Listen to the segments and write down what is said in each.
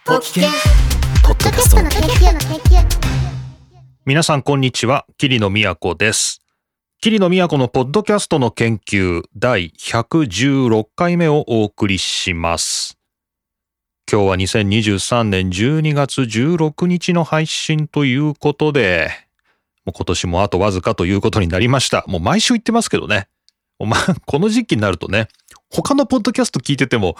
ポキケポッドキャストの研究。 皆さんこんにちは、桐野都です。桐野都のポッドキャストの研究第116回目をお送りします。今日は2023年12月16日の配信ということで、もう今年もあとわずかということになりました。もう毎週言ってますけどね。この時期になるとね、他のポッドキャスト聞いてても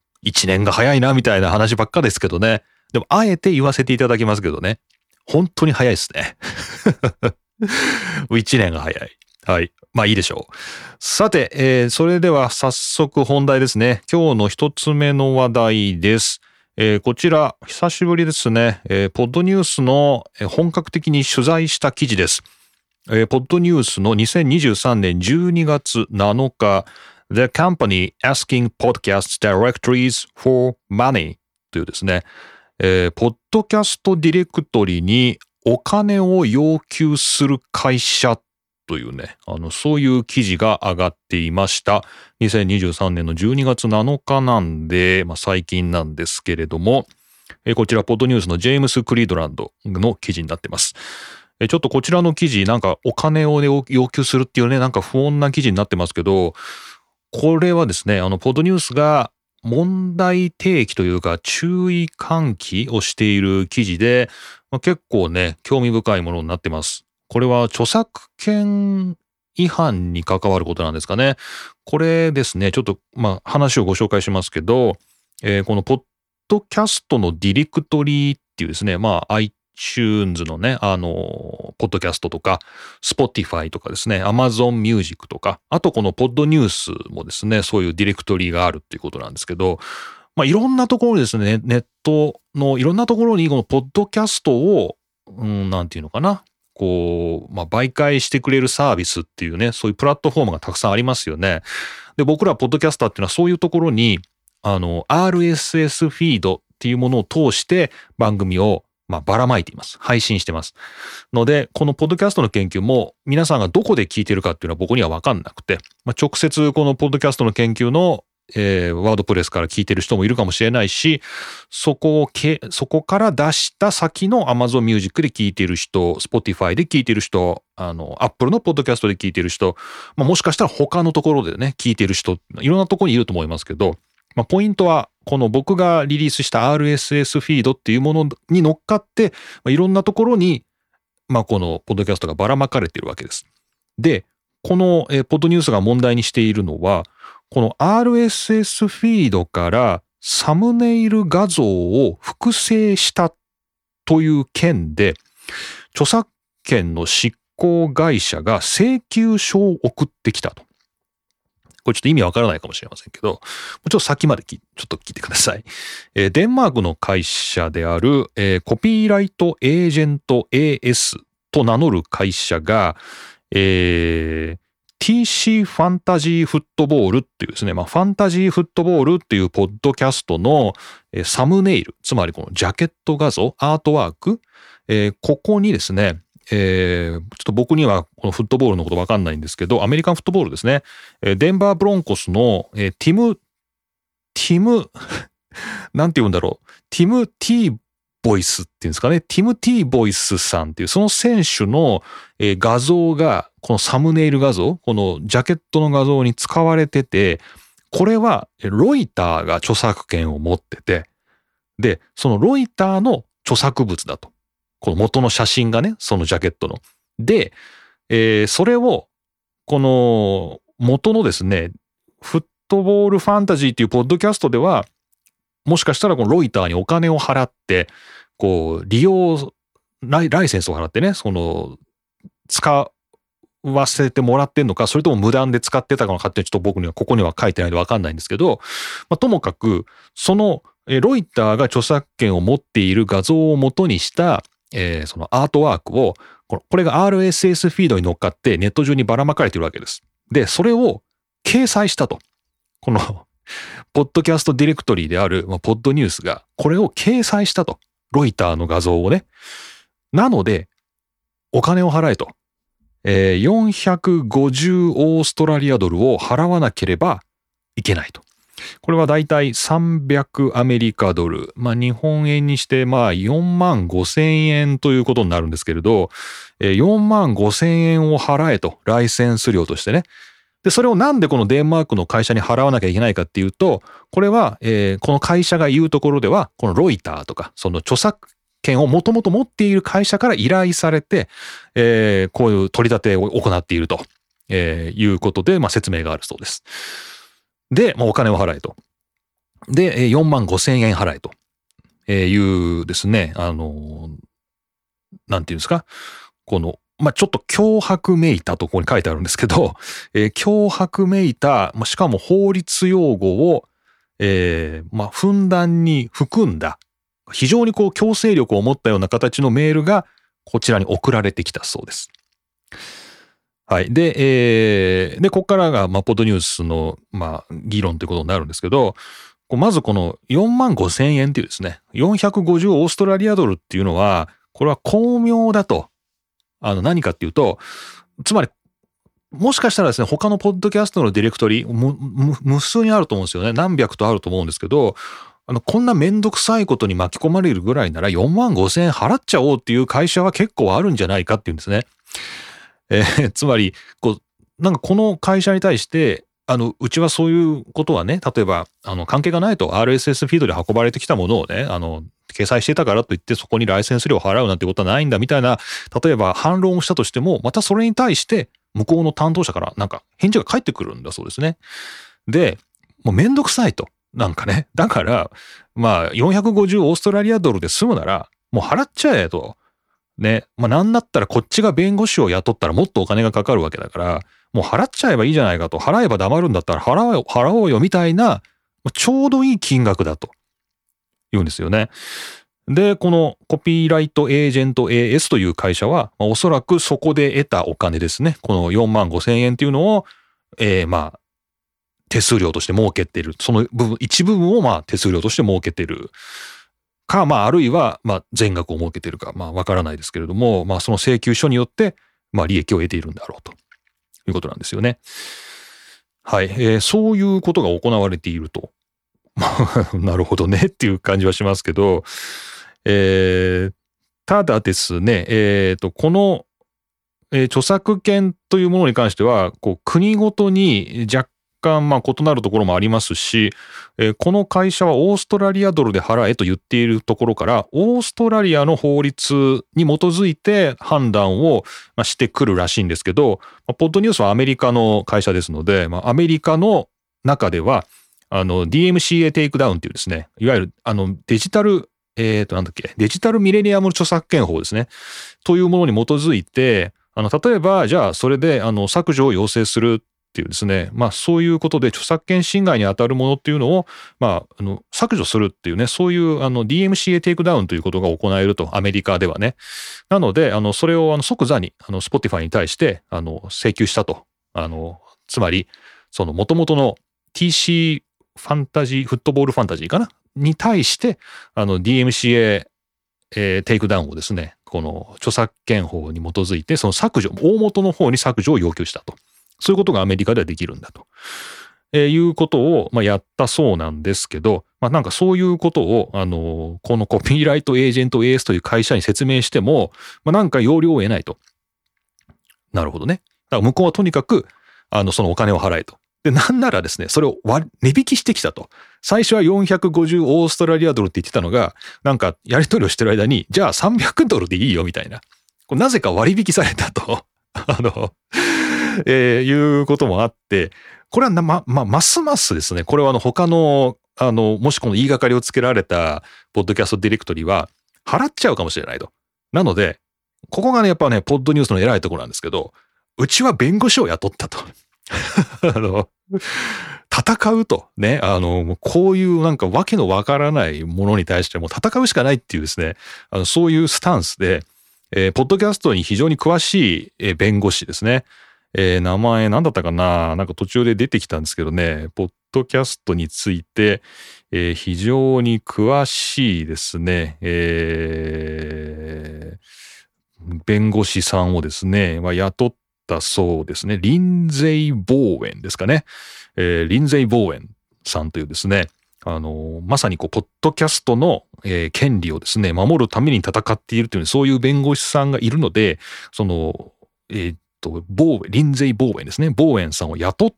1年が早いなみたいな話ばっかですけどね。でもあえて言わせていただきますけどね。本当に早いですね。1年が早い。はい。まあいいでしょう。さて、それでは早速本題ですね。今日の一つ目の話題です。こちら、久しぶりですね。ポッドニュースの本格的に取材した記事です。ポッドニュースの2023年12月7日、The Company Asking Podcast Directories for Money というですね、ポッドキャストディレクトリにお金を要求する会社というね、そういう記事が上がっていました。2023年の12月7日なんで、最近なんですけれども、こちらポッドニュースのジェームス・クリードランドの記事になっています。ちょっとこちらの記事、なんかお金を、要求するっていうね、なんか不穏な記事になってますけど、これはですね、ポッドニュースが問題提起というか注意喚起をしている記事で、結構ね、興味深いものになってます。これは著作権違反に関わることなんですかね。これですね、ちょっと話をご紹介しますけど、このポッドキャストのディレクトリっていうですね、iTunes のね、ポッドキャストとか、Spotify とかですね、Amazon Music とか、あとこのポッドニュースもですね、そういうディレクトリがあるっていうことなんですけど、いろんなところにですね、ネットのいろんなところにこのポッドキャストを、なんていうのかな、媒介してくれるサービスっていうね、そういうプラットフォームがたくさんありますよね。で、僕らポッドキャスターっていうのはそういうところに、RSS フィードっていうものを通して番組をばらまいています。配信してます。ので、このポッドキャストの研究も皆さんがどこで聞いてるかっていうのは僕には分かんなくて、直接このポッドキャストの研究の、ワードプレスから聞いてる人もいるかもしれないし、そこから出した先の Amazon Music で聞いている人、Spotify で聞いている人、Apple のポッドキャストで聞いている人、もしかしたら他のところでね、聞いている人、いろんなところにいると思いますけど、ポイントは、この僕がリリースした RSS フィードっていうものに乗っかって、いろんなところに、このポッドキャストがばらまかれているわけです。で、このポッドニュースが問題にしているのは、この RSS フィードからサムネイル画像を複製したという件で、著作権の執行会社が請求書を送ってきたと。これちょっと意味わからないかもしれませんけど、ちょっと先までちょっと聞いてください。デンマークの会社である、コピーライトエージェント AS と名乗る会社が、TC ファンタジーフットボールっていうですね、ファンタジーフットボールっていうポッドキャストのサムネイル、つまりこのジャケット画像、アートワーク、ここにですね、ちょっと僕にはこのフットボールのことわかんないんですけど、アメリカンフットボールですね。デンバーブロンコスのティム、なんて言うんだろう。ティム・ティーボイスっていうんですかね。ティム・ティーボイスさんっていうその選手の画像が、このサムネイル画像、このジャケットの画像に使われてて、これはロイターが著作権を持ってて、で、そのロイターの著作物だと。この元の写真がね、そのジャケットの。で、それを、この元のですね、フットボールファンタジーっていうポッドキャストでは、もしかしたらこのロイターにお金を払って、利用、ライセンスを払ってね、使わせてもらってんのか、それとも無断で使ってたかの勝手にちょっと僕にはここには書いてないんでわかんないんですけど、ともかく、そのロイターが著作権を持っている画像を元にした、そのアートワークを、これが RSS フィードに乗っかってネット上にばらまかれているわけです。で、それを掲載したと。この、ポッドキャストディレクトリである、ポッドニュースが、これを掲載したと。ロイターの画像をね。なので、お金を払えと。450オーストラリアドルを払わなければいけないと。 これはだいたい300アメリカドル。日本円にして4万5千円ということになるんですけれど、4万5千円を払えと、ライセンス料としてね。で、それをなんでこのデンマークの会社に払わなきゃいけないかっていうと、これは、この会社が言うところでは、このロイターとか、その著作権をもともと持っている会社から依頼されて、こういう取り立てを行っていると、いうことで、説明があるそうです。で、お金を払えと。で、4万5千円払えと、いうですね、なんていうんですか、この、ちょっと脅迫めいたとここに書いてあるんですけど、脅迫めいた、しかも法律用語を、ふんだんに含んだ、非常に強制力を持ったような形のメールがこちらに送られてきたそうです。はい。で、ここからが、ポッドニュースの、議論ということになるんですけど、まずこの4万5千円っていうですね、450オーストラリアドルっていうのは、これは巧妙だと。何かっていうと、つまり、もしかしたらですね、他のポッドキャストのディレクトリ無数にあると思うんですよね。何百とあると思うんですけど、こんなめんどくさいことに巻き込まれるぐらいなら4万5千円払っちゃおうっていう会社は結構あるんじゃないかっていうんですね。つまり、なんかこの会社に対して、うちはそういうことはね、例えば、関係がないと RSS フィードで運ばれてきたものをね、掲載してたからといってそこにライセンス料を払うなんてことはないんだみたいな、例えば反論をしたとしても、またそれに対して向こうの担当者からなんか返事が返ってくるんだそうですね。で、もうめんどくさいと。なんかね。だから、450オーストラリアドルで済むなら、もう払っちゃえと。ね。なんだったらこっちが弁護士を雇ったらもっとお金がかかるわけだから、もう払っちゃえばいいじゃないかと。払えば黙るんだったら払おうよみたいな、ちょうどいい金額だと言うんですよね。で、このコピーライトエージェント AS という会社は、おそらくそこで得たお金ですね。この4万5千円っていうのを、手数料として設けている。その部分、一部分を手数料として設けている。か、あるいは、全額を設けているか、わからないですけれども、その請求書によって、利益を得ているんだろうということなんですよね。はい。そういうことが行われていると。なるほどねっていう感じはしますけど、ただですね、この、著作権というものに関しては、国ごとに若干異なるところもありますし、この会社はオーストラリアドルで払えと言っているところから、オーストラリアの法律に基づいて判断をしてくるらしいんですけど、ポッドニュースはアメリカの会社ですので、アメリカの中では、DMCA テイクダウンっていうですね、いわゆるデジタル、デジタルミレニアム著作権法ですね、というものに基づいて、例えば、じゃあそれで削除を要請するっていうですね、そういうことで著作権侵害に当たるものっていうのを、削除するっていうね、そういうDMCA テイクダウンということが行えると、アメリカではね。なので、それを即座にSpotify に対して請求したと。つまり、その元々の TC ファンタジー、フットボールファンタジーかなに対して、DMCA、テイクダウンをですね、この著作権法に基づいて、その削除、大元の方に削除を要求したと。そういうことがアメリカではできるんだと。いうことを、やったそうなんですけど、なんかそういうことを、このコピーライトエージェント AS という会社に説明しても、なんか要領を得ないと。なるほどね。だから向こうはとにかく、そのお金を払えと。で、なんならですね、それを値引きしてきたと。最初は450オーストラリアドルって言ってたのが、なんかやり取りをしてる間に、じゃあ300ドルでいいよみたいな。なぜか割引されたと。いうこともあって、これはますますですね、これは他の、もしこの言いがかりをつけられた、ポッドキャストディレクトリは、払っちゃうかもしれないと。なので、ここがね、やっぱね、ポッドニュースの偉いところなんですけど、うちは弁護士を雇ったと。戦うとね、こういうなんかわけのわからないものに対しても戦うしかないっていうですね、そういうスタンスで、ポッドキャストに非常に詳しい弁護士ですね。名前何だったかな、なんか途中で出てきたんですけどね、ポッドキャストについて、非常に詳しいですね、弁護士さんをですね、雇ったそうですね。リンゼイ・ボーエンですかね。リンゼイ・ボーエンさんというですね、まさにこう、ポッドキャストの、権利をですね、守るために戦っているという、そういう弁護士さんがいるので、その、リンゼイ・ボーウェンですね。ボーウェンさんを雇って、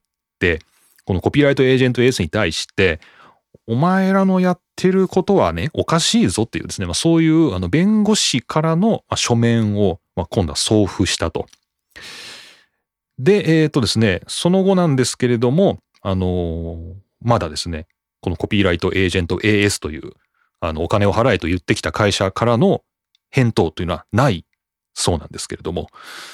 このコピーライトエージェント S に対して、お前らのやってることはね、おかしいぞっていうですね、そういう弁護士からの書面を、今度は送付したと。で、ですね、その後なんですけれども、まだですね、このコピーライトエージェント AS という、お金を払えと言ってきた会社からの返答というのはないそうなんですけれども、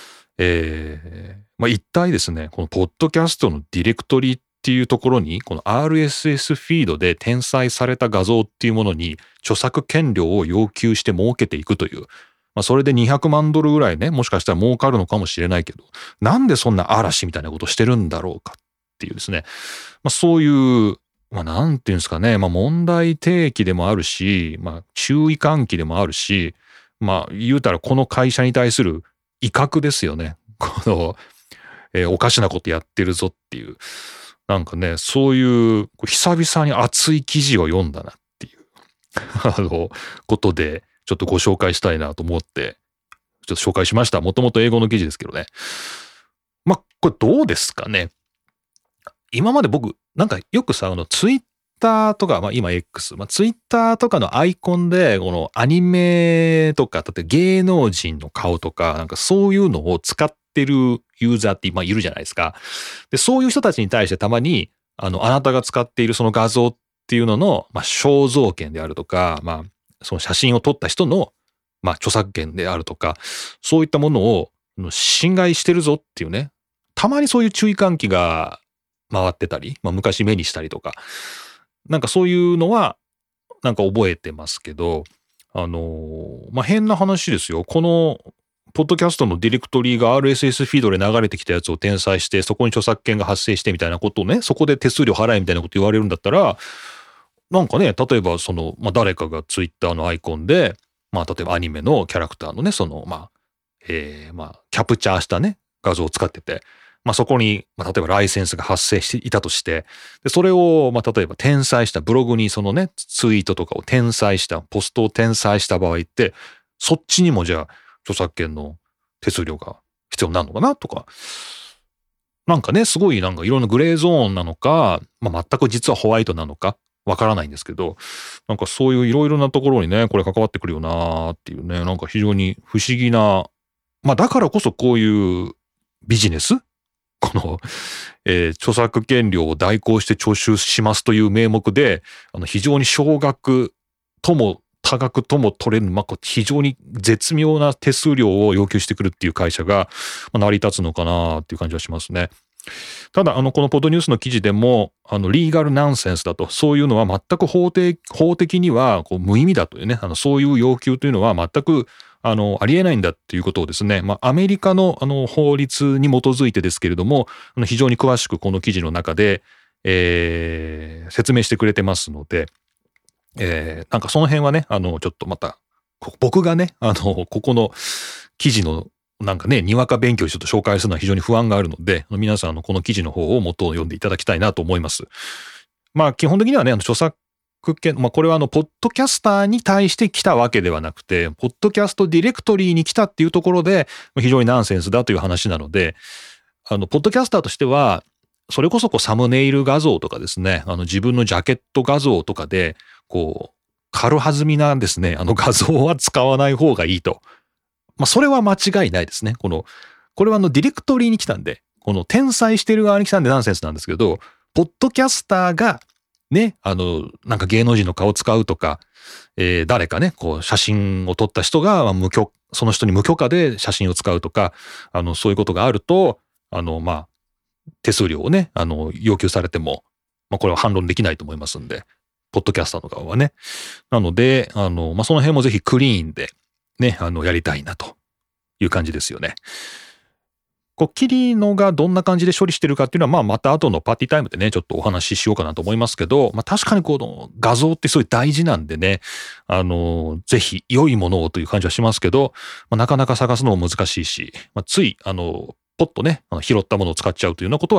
一体ですね、このポッドキャストのディレクトリっていうところに、この RSS フィードで転載された画像っていうものに著作権料を要求して儲けていくという、それで200万ドルぐらいね、もしかしたら儲かるのかもしれないけど、なんでそんな嵐みたいなことをしてるんだろうかっていうですね、そういう、なんていうんですかね、問題提起でもあるし、注意喚起でもあるし、言うたらこの会社に対する威嚇ですよね。この、おかしなことやってるぞっていう。なんかね、そういう久々に熱い記事を読んだなっていうことで、ちょっとご紹介したいなと思って、ちょっと紹介しました。もともと英語の記事ですけどね。これどうですかね。今まで僕、なんかよくさ、ツイッターとか、今 X、ツイッターとかのアイコンで、このアニメとか、例えば芸能人の顔とか、なんかそういうのを使ってるユーザーって今いるじゃないですか。で、そういう人たちに対してたまに、あなたが使っているその画像っていうのの、肖像権であるとか、その写真を撮った人の、著作権であるとか、そういったものを侵害してるぞっていうね、たまにそういう注意喚起が回ってたり、昔目にしたりとか、なんかそういうのは、なんか覚えてますけど、変な話ですよ。この、ポッドキャストのディレクトリが RSS フィードで流れてきたやつを転載して、そこに著作権が発生してみたいなことをね、そこで手数料払えみたいなこと言われるんだったら、なんかね、例えばその、誰かがツイッターのアイコンで、例えばアニメのキャラクターのね、その、キャプチャーしたね、画像を使ってて、そこに、例えばライセンスが発生していたとして、でそれを、例えば転載したブログにそのね、ツイートとかを転載した、ポストを転載した場合って、そっちにもじゃあ、著作権の手数料が必要になるのかなとか、なんかね、すごいなんかいろんなグレーゾーンなのか、全く実はホワイトなのか、わからないんですけど、なんかそういういろいろなところにね、これ関わってくるよなーっていうね、なんか非常に不思議な、だからこそこういうビジネスこの、著作権料を代行して徴収しますという名目で、非常に少額とも多額とも取れる、非常に絶妙な手数料を要求してくるっていう会社が成り立つのかなっていう感じはしますね。ただ、このポッドニュースの記事でも、リーガルナンセンスだと、そういうのは全く法的にはこう無意味だというね、そういう要求というのは全くありえないんだっていうことをですね、アメリカの法律に基づいてですけれども、非常に詳しくこの記事の中で、説明してくれてますので、なんかその辺はね、ちょっとまた、僕がね、ここの記事のなんかね、にわか勉強をちょっと紹介するのは非常に不安があるので、皆さんこの記事の方を元を読んでいただきたいなと思います。基本的にはね、著作権、これはポッドキャスターに対して来たわけではなくて、ポッドキャストディレクトリーに来たっていうところで、非常にナンセンスだという話なので、ポッドキャスターとしては、それこそサムネイル画像とかですね、自分のジャケット画像とかで、軽はずみなですね、画像は使わない方がいいと。それは間違いないですね。これはディレクトリーに来たんで、転載してる側に来たんでナンセンスなんですけど、ポッドキャスターが、ね、なんか芸能人の顔を使うとか、誰かね、写真を撮った人が、その人に無許可で写真を使うとか、そういうことがあると、手数料をね、要求されても、これは反論できないと思いますんで、ポッドキャスターの側はね。なので、その辺もぜひクリーンで、ね、やりたいなという感じですよね。キリノがどんな感じで処理してるかっていうのは、また後のパーティータイムでね、ちょっとお話ししようかなと思いますけど、確かにこの画像ってすごい大事なんでね、ぜひ良いものをという感じはしますけど、なかなか探すのも難しいし、つい、ポッとね、拾ったものを使っちゃうというようなことは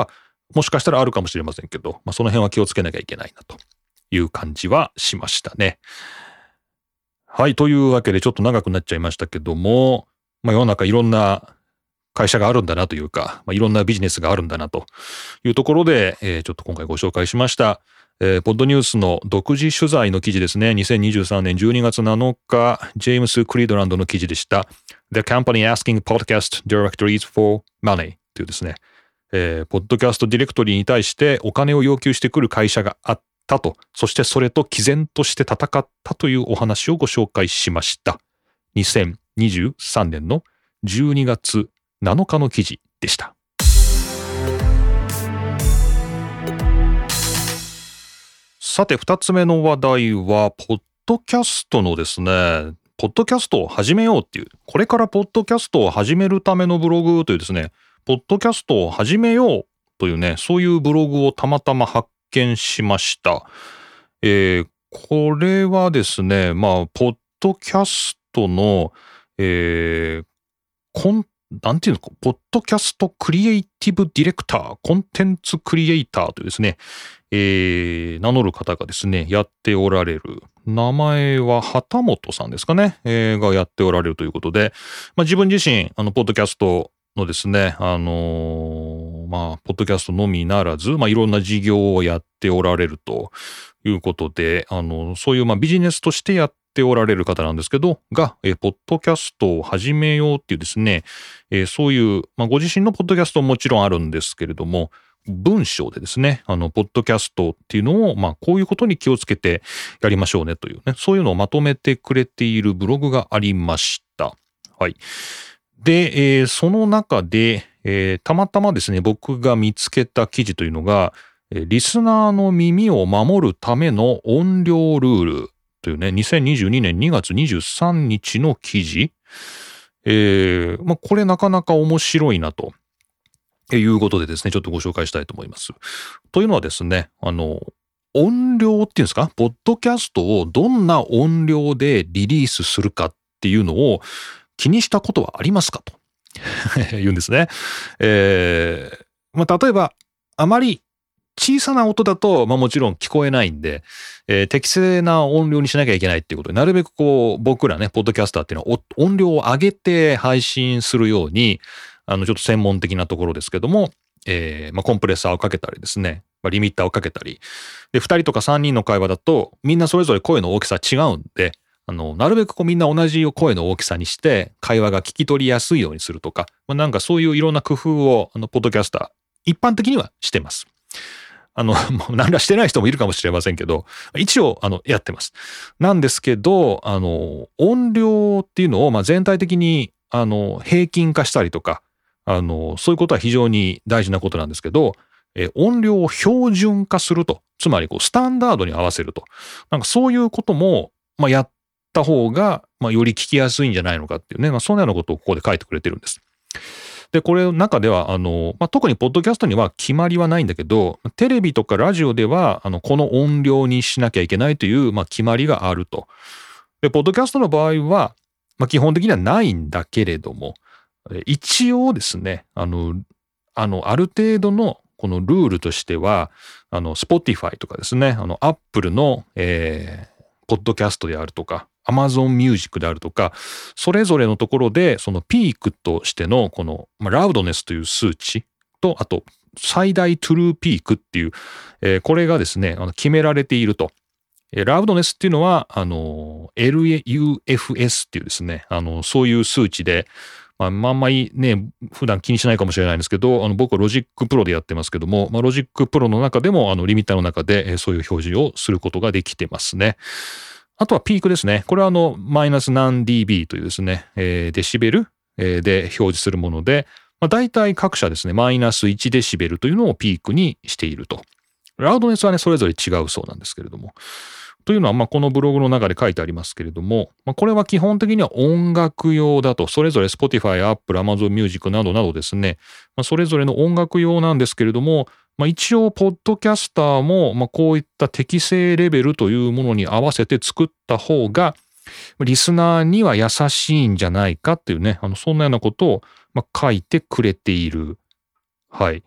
もしかしたらあるかもしれませんけど、その辺は気をつけなきゃいけないなという感じはしましたね。はい。というわけでちょっと長くなっちゃいましたけども、世の中いろんな会社があるんだなというか、いろんなビジネスがあるんだなというところで、ちょっと今回ご紹介しました。ポッドニュースの独自取材の記事ですね。2023年12月7日、ジェームス・クリードランドの記事でした。The company asking podcast directories for money というですね、ポッドキャストディレクトリに対してお金を要求してくる会社があったと、そしてそれと毅然として戦ったというお話をご紹介しました。2023年の12月7日の記事でした。さて、2つ目の話題は、ポッドキャストのですね、ポッドキャストを始めようっていう、これからポッドキャストを始めるためのブログというですね、ポッドキャストを始めようというね、そういうブログをたまたま発見しました。これはですね、ポッドキャストの、なんていうのか、ポッドキャストクリエイティブディレクター、コンテンツクリエイターというですね、名乗る方がですね、やっておられる。名前は旗本さんですかね、がやっておられるということで、自分自身、ポッドキャストのですね、ポッドキャストのみならず、いろんな事業をやっておられるということで、そういうビジネスとしてやっておられる方なんですけど、ポッドキャストを始めようっていうですね、そういう、ご自身のポッドキャストももちろんあるんですけれども、文章でですね、ポッドキャストっていうのを、こういうことに気をつけてやりましょうねというね、そういうのをまとめてくれているブログがありました。はい。で、その中で、たまたまですね、僕が見つけた記事というのが、リスナーの耳を守るための音量ルールというね、2022年2月23日の記事。これなかなか面白いなということでですね、ちょっとご紹介したいと思います。というのはですね、音量っていうんですか、ポッドキャストをどんな音量でリリースするかっていうのを気にしたことはありますかと言うんですね。例えば、あまり小さな音だと、もちろん聞こえないんで、適正な音量にしなきゃいけないっていうことで、なるべく僕らね、ポッドキャスターっていうのは音量を上げて配信するように、ちょっと専門的なところですけども、コンプレッサーをかけたりですね、リミッターをかけたり、で、2人とか3人の会話だと、みんなそれぞれ声の大きさ違うんで、なるべくみんな同じ声の大きさにして、会話が聞き取りやすいようにするとか、なんかそういういろんな工夫を、ポッドキャスター、一般的にはしてます。何らしてない人もいるかもしれませんけど、一応、やってます。なんですけど、音量っていうのを、全体的に、平均化したりとか、そういうことは非常に大事なことなんですけど、音量を標準化すると。つまり、スタンダードに合わせると。なんかそういうことも、やった方が、より聞きやすいんじゃないのかっていうね、そんなようなことをここで書いてくれてるんです。で、これの中では、特にポッドキャストには決まりはないんだけど、テレビとかラジオでは、この音量にしなきゃいけないという、決まりがあると。で、ポッドキャストの場合は、基本的にはないんだけれども、一応ですね、ある程度のこのルールとしては、Spotify とかですね、Apple の、ポッドキャストであるとか、Amazon Music であるとか、それぞれのところで、そのピークとしての、この、ラウドネスという数値と、あと、最大トゥルーピークっていう、これがですね、決められていると。ラウドネスっていうのは、LUFS っていうですね、そういう数値で、あんまりね、普段気にしないかもしれないんですけど、僕はロジックプロでやってますけども、ロジックプロの中でも、リミッターの中で、そういう表示をすることができてますね。あとはピークですね。これはマイナス何 dB というですね、デシベル、で表示するもので、大体各社ですね、マイナス1デシベルというのをピークにしていると。ラウドネスはね、それぞれ違うそうなんですけれども。というのは、このブログの中で書いてありますけれども、これは基本的には音楽用だと、それぞれ Spotify、Apple、Amazon Music などなどですね、それぞれの音楽用なんですけれども、一応、ポッドキャスターも、こういった適正レベルというものに合わせて作った方が、リスナーには優しいんじゃないかっていうね、そんなようなことを、書いてくれている。はい。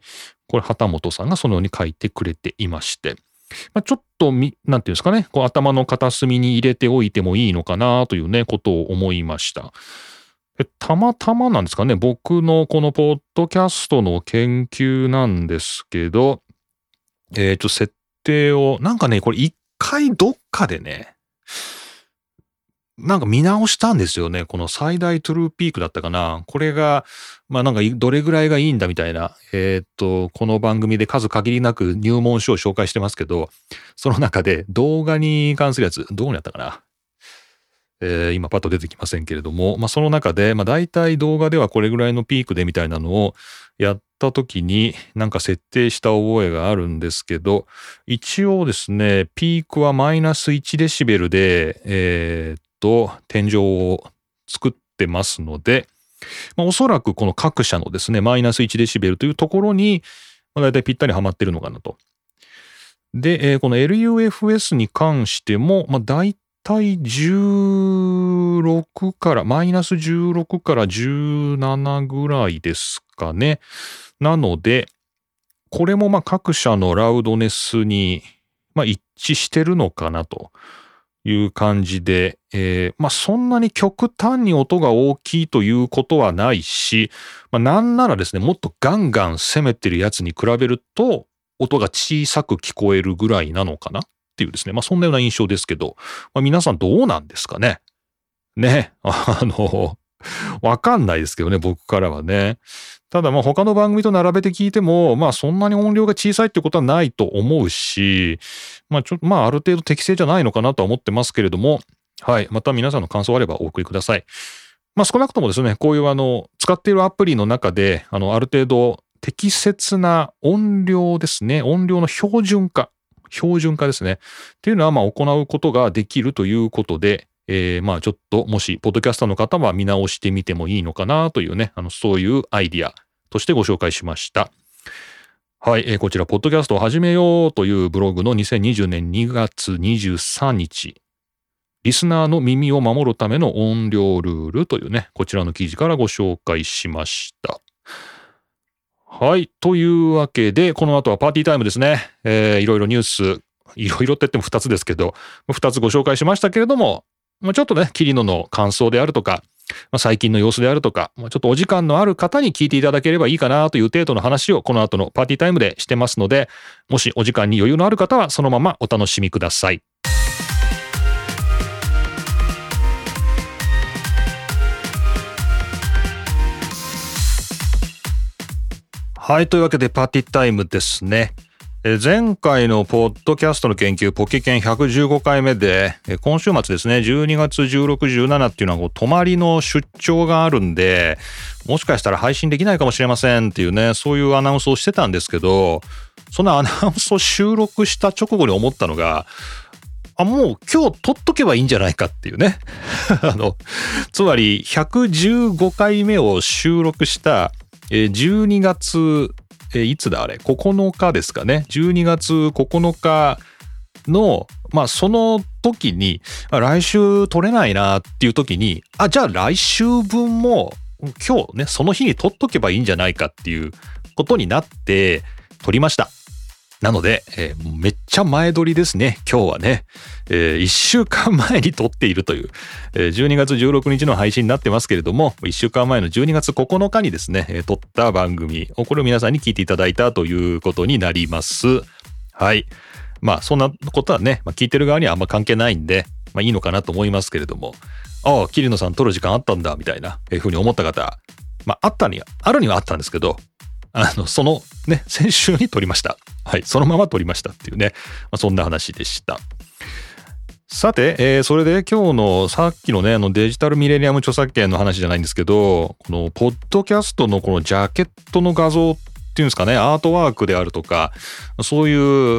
これ旗本さんがそのように書いてくれていまして、ちょっとなんていうんですかね、こう頭の片隅に入れておいてもいいのかなというね、ことを思いました。たまたまなんですかね、僕のこのポッドキャストの研究なんですけど、設定を、なんかね、これ一回どっかでね、なんか見直したんですよね。この最大トゥルーピークだったかな。これが、なんかどれぐらいがいいんだみたいな。この番組で数限りなく入門書を紹介してますけど、その中で動画に関するやつ、どうやったかな。今パッと出てきませんけれども、その中で、大体動画ではこれぐらいのピークでみたいなのをやった時になんか設定した覚えがあるんですけど、一応ですね、ピークはマイナス1デシベルで、天井を作ってますので、おそらくこの各社のですね、マイナス1デシベルというところに、大体ぴったりはまってるのかなと。で、この LUFS に関しても、大体16から、マイナス16から17ぐらいですかね。なので、これも各社のラウドネスに、一致してるのかなという感じで、そんなに極端に音が大きいということはないし、なんならですね、もっとガンガン攻めてるやつに比べると、音が小さく聞こえるぐらいなのかなっていうですね、そんなような印象ですけど、皆さんどうなんですかね。ね、わかんないですけどね、僕からはね。ただ他の番組と並べて聞いても、そんなに音量が小さいってことはないと思うし、ある程度適正じゃないのかなとは思ってますけれども、はい、また皆さんの感想あればお送りください。少なくともですね、こういう使っているアプリの中で、ある程度適切な音量ですね、音量の標準化ですね、っていうのは行うことができるということで、ちょっともしポッドキャスターの方は見直してみてもいいのかなというね、そういうアイディアとしてご紹介しました。はい、こちらポッドキャストを始めようというブログの2020年2月23日、リスナーの耳を守るための音量ルールというね、こちらの記事からご紹介しました。はい、というわけでこの後はパーティータイムですね。いろいろニュース、いろいろって言っても2つですけど、2つご紹介しましたけれども、ちょっとね、キリノの感想であるとか、最近の様子であるとか、ちょっとお時間のある方に聞いていただければいいかなという程度の話をこの後のパーティータイムでしてますので、もしお時間に余裕のある方はそのままお楽しみください。はい、というわけでパーティータイムですね。前回のポッドキャストの研究、ポケケン115回目で、今週末ですね、12月16、17っていうのは泊まりの出張があるんで、もしかしたら配信できないかもしれませんっていうね、そういうアナウンスをしてたんですけど、そのアナウンスを収録した直後に思ったのが、もう今日撮っとけばいいんじゃないかっていうね。つまり115回目を収録した12月、いつだあれ ?9 日ですかね。12月9日の、その時に、来週撮れないなっていう時に、じゃあ来週分も今日ね、その日に撮っとけばいいんじゃないかっていうことになって撮りました。なので、めっちゃ前撮りですね。今日はね、1週間前に撮っているという、12月16日の配信になってますけれども、1週間前の12月9日にですね、撮った番組を、これを皆さんに聞いていただいたということになります。はい。そんなことはね、聞いてる側にはあんま関係ないんで、いいのかなと思いますけれども、桐野さん撮る時間あったんだ、みたいな、ふうに思った方、あるにはあったんですけど、そのね、先週に撮りました。はい、そのまま撮りましたっていうね、そんな話でした。さて、それで今日のさっきのね、デジタルミレニアム著作権の話じゃないんですけど、このポッドキャストのこのジャケットの画像っていうんですかね、アートワークであるとか、そういう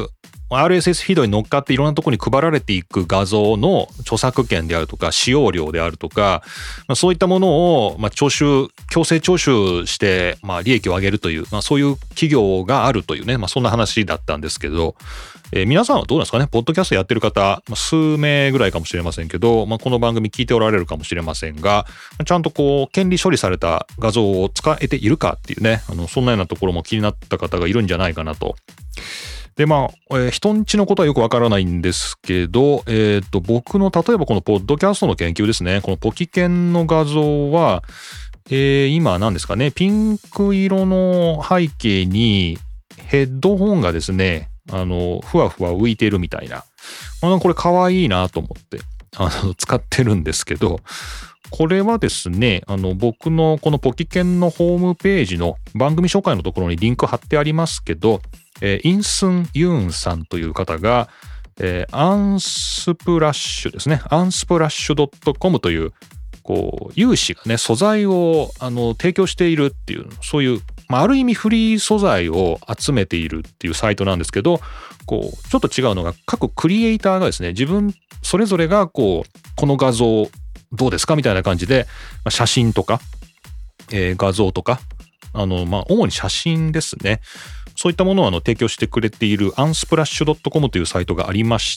RSS フィードに乗っかっていろんなところに配られていく画像の著作権であるとか使用料であるとか、そういったものを強制徴収して利益を上げるという、そういう企業があるというね、そんな話だったんですけど、皆さんはどうなんですかね。ポッドキャストやってる方、数名ぐらいかもしれませんけど、この番組聞いておられるかもしれませんが、ちゃんと権利処理された画像を使えているかっていうね、そんなようなところも気になった方がいるんじゃないかなと。で人んちのことはよくわからないんですけど、僕の例えばこのポッドキャストの研究ですね、このポキケンの画像は、今何ですかね、ピンク色の背景にヘッドホンがですね、ふわふわ浮いているみたいな、これ可愛いなと思って使ってるんですけど、これはですね、僕のこのポキケンのホームページの番組紹介のところにリンク貼ってありますけど、インスン・ユーンさんという方が、アンスプラッシュですね、アンスプラッシュ .com という、有志がね、素材を提供しているっていう、そういう、ある意味フリー素材を集めているっていうサイトなんですけど、ちょっと違うのが、各クリエイターがですね、自分それぞれがこの画像どうですかみたいな感じで、写真とか、画像とか、主に写真ですね。そういったものを提供してくれているアンスプラッシュ .com というサイトがありまして、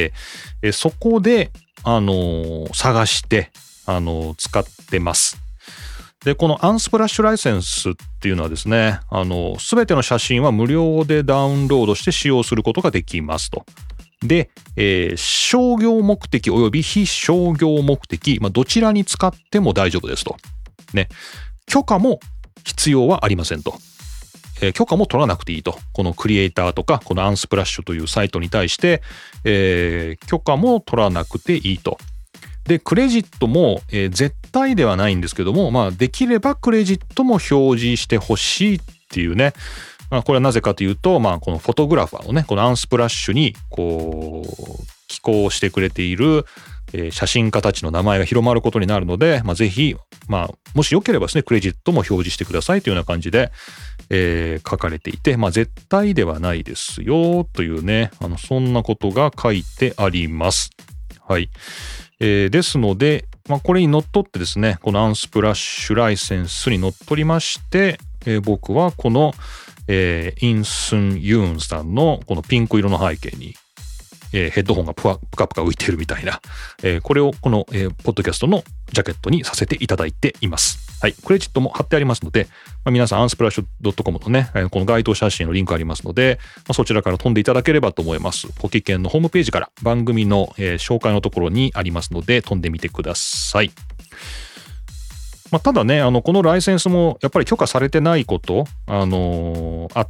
そこで、探して、使ってます。で、このアンスプラッシュライセンスっていうのはですね、すべての写真は無料でダウンロードして使用することができますと。で、商業目的および非商業目的、どちらに使っても大丈夫ですと。ね。許可も必要はありませんと。許可も取らなくていいと。このクリエイターとか、このアンスプラッシュというサイトに対して、許可も取らなくていいと。で、クレジットも、絶対ではないんですけども、できればクレジットも表示してほしいっていうね。これはなぜかというと、このフォトグラファーをね、このアンスプラッシュに、寄稿してくれている、写真家たちの名前が広まることになるので、ぜひ、もしよければですね、クレジットも表示してくださいというような感じで、書かれていて、絶対ではないですよ、というね、そんなことが書いてあります。はい。ですので、これにのっとってですね、このアンスプラッシュライセンスにのっとりまして、僕はこの、インスン・ユーンさんのこのピンク色の背景に、ヘッドホンがぷかぷか浮いているみたいな、これをこの、ポッドキャストのジャケットにさせていただいています。はい。クレジットも貼ってありますので、皆さんアンスプラッシュ .com のね、この該当写真のリンクありますので、そちらから飛んでいただければと思います。ポキケンのホームページから番組の、紹介のところにありますので、飛んでみてください。ただね、このライセンスもやっぱり許可されてないこと、あって、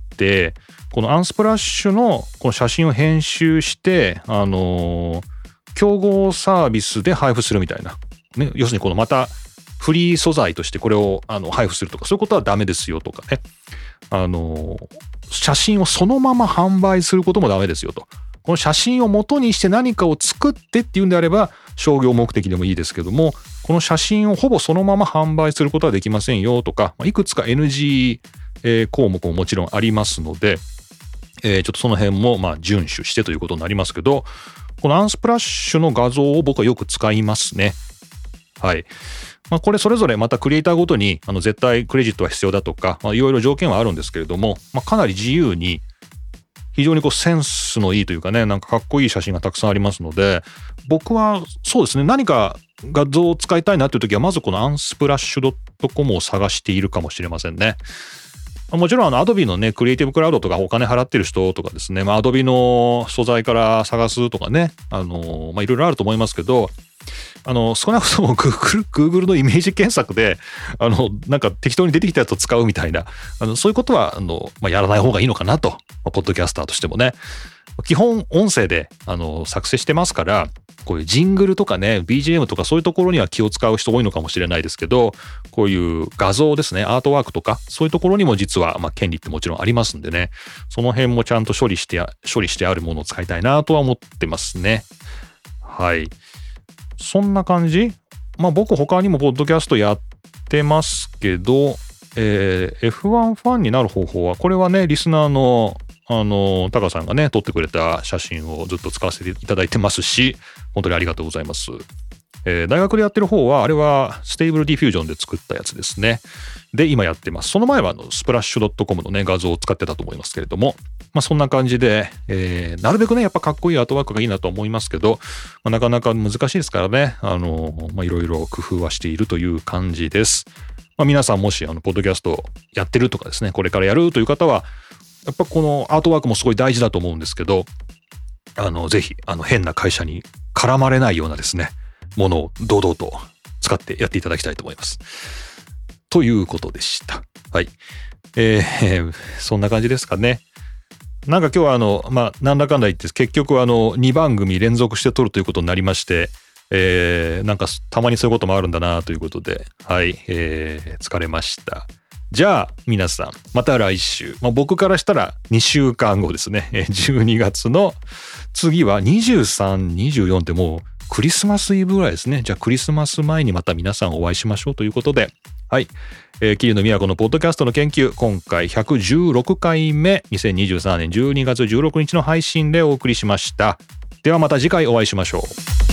このアンスプラッシュのこの写真を編集して、競合サービスで配布するみたいな。ね、要するにこのまたフリー素材としてこれを配布するとか、そういうことはダメですよとかね。写真をそのまま販売することもダメですよと。この写真を元にして何かを作ってっていうんであれば商業目的でもいいですけども、この写真をほぼそのまま販売することはできませんよとか、いくつか NG 項目ももちろんありますので、ちょっとその辺も遵守してということになりますけど、このアンスプラッシュの画像を僕はよく使いますね。はい。これそれぞれまたクリエイターごとに絶対クレジットは必要だとか、いろいろ条件はあるんですけれども、かなり自由に非常にセンスのいいというかね、なんかかっこいい写真がたくさんありますので、僕はそうですね、何か画像を使いたいなという時はまずこのアンスプラッシュ .com を探しているかもしれませんね。もちろんAdobe のね、クリエイティブクラウドとかお金払ってる人とかですね、Adobe の素材から探すとかね、いろいろあると思いますけど、少なくとも Google のイメージ検索で、なんか適当に出てきたやつを使うみたいな、そういうことは、やらない方がいいのかなと、ポッドキャスターとしてもね。基本音声で、作成してますから、こういうジングルとかね、BGM とかそういうところには気を使う人多いのかもしれないですけど、こういう画像ですね、アートワークとか、そういうところにも実は、権利ってもちろんありますんでね、その辺もちゃんと処理してあるものを使いたいなとは思ってますね。はい。そんな感じ？僕他にもポッドキャストやってますけど、F1 ファンになる方法は、これはね、リスナーのタカさんがね撮ってくれた写真をずっと使わせていただいてますし、本当にありがとうございます。大学でやってる方はあれはステーブルディフュージョンで作ったやつですね。で今やってます。その前はスプラッシュ .com のね画像を使ってたと思いますけれども、そんな感じで、なるべくねやっぱかっこいいアートワークがいいなと思いますけど、なかなか難しいですからね、いろいろ工夫はしているという感じです。皆さんもしポッドキャストやってるとかですね、これからやるという方はやっぱこのアートワークもすごい大事だと思うんですけど、ぜひ変な会社に絡まれないようなですねものを堂々と使ってやっていただきたいと思います。ということでした。はい。そんな感じですかね。なんか今日はなんだかんだ言って結局2番組連続して撮るということになりまして、なんかたまにそういうこともあるんだなということで、はい、疲れました。じゃあ皆さんまた来週、僕からしたら2週間後ですね。12月の次は23、24ってもうクリスマスイブぐらいですね。じゃあクリスマス前にまた皆さんお会いしましょうということで、はい、桐野都のポッドキャストの研究、今回116回目、2023年12月16日の配信でお送りしました。ではまた次回お会いしましょう。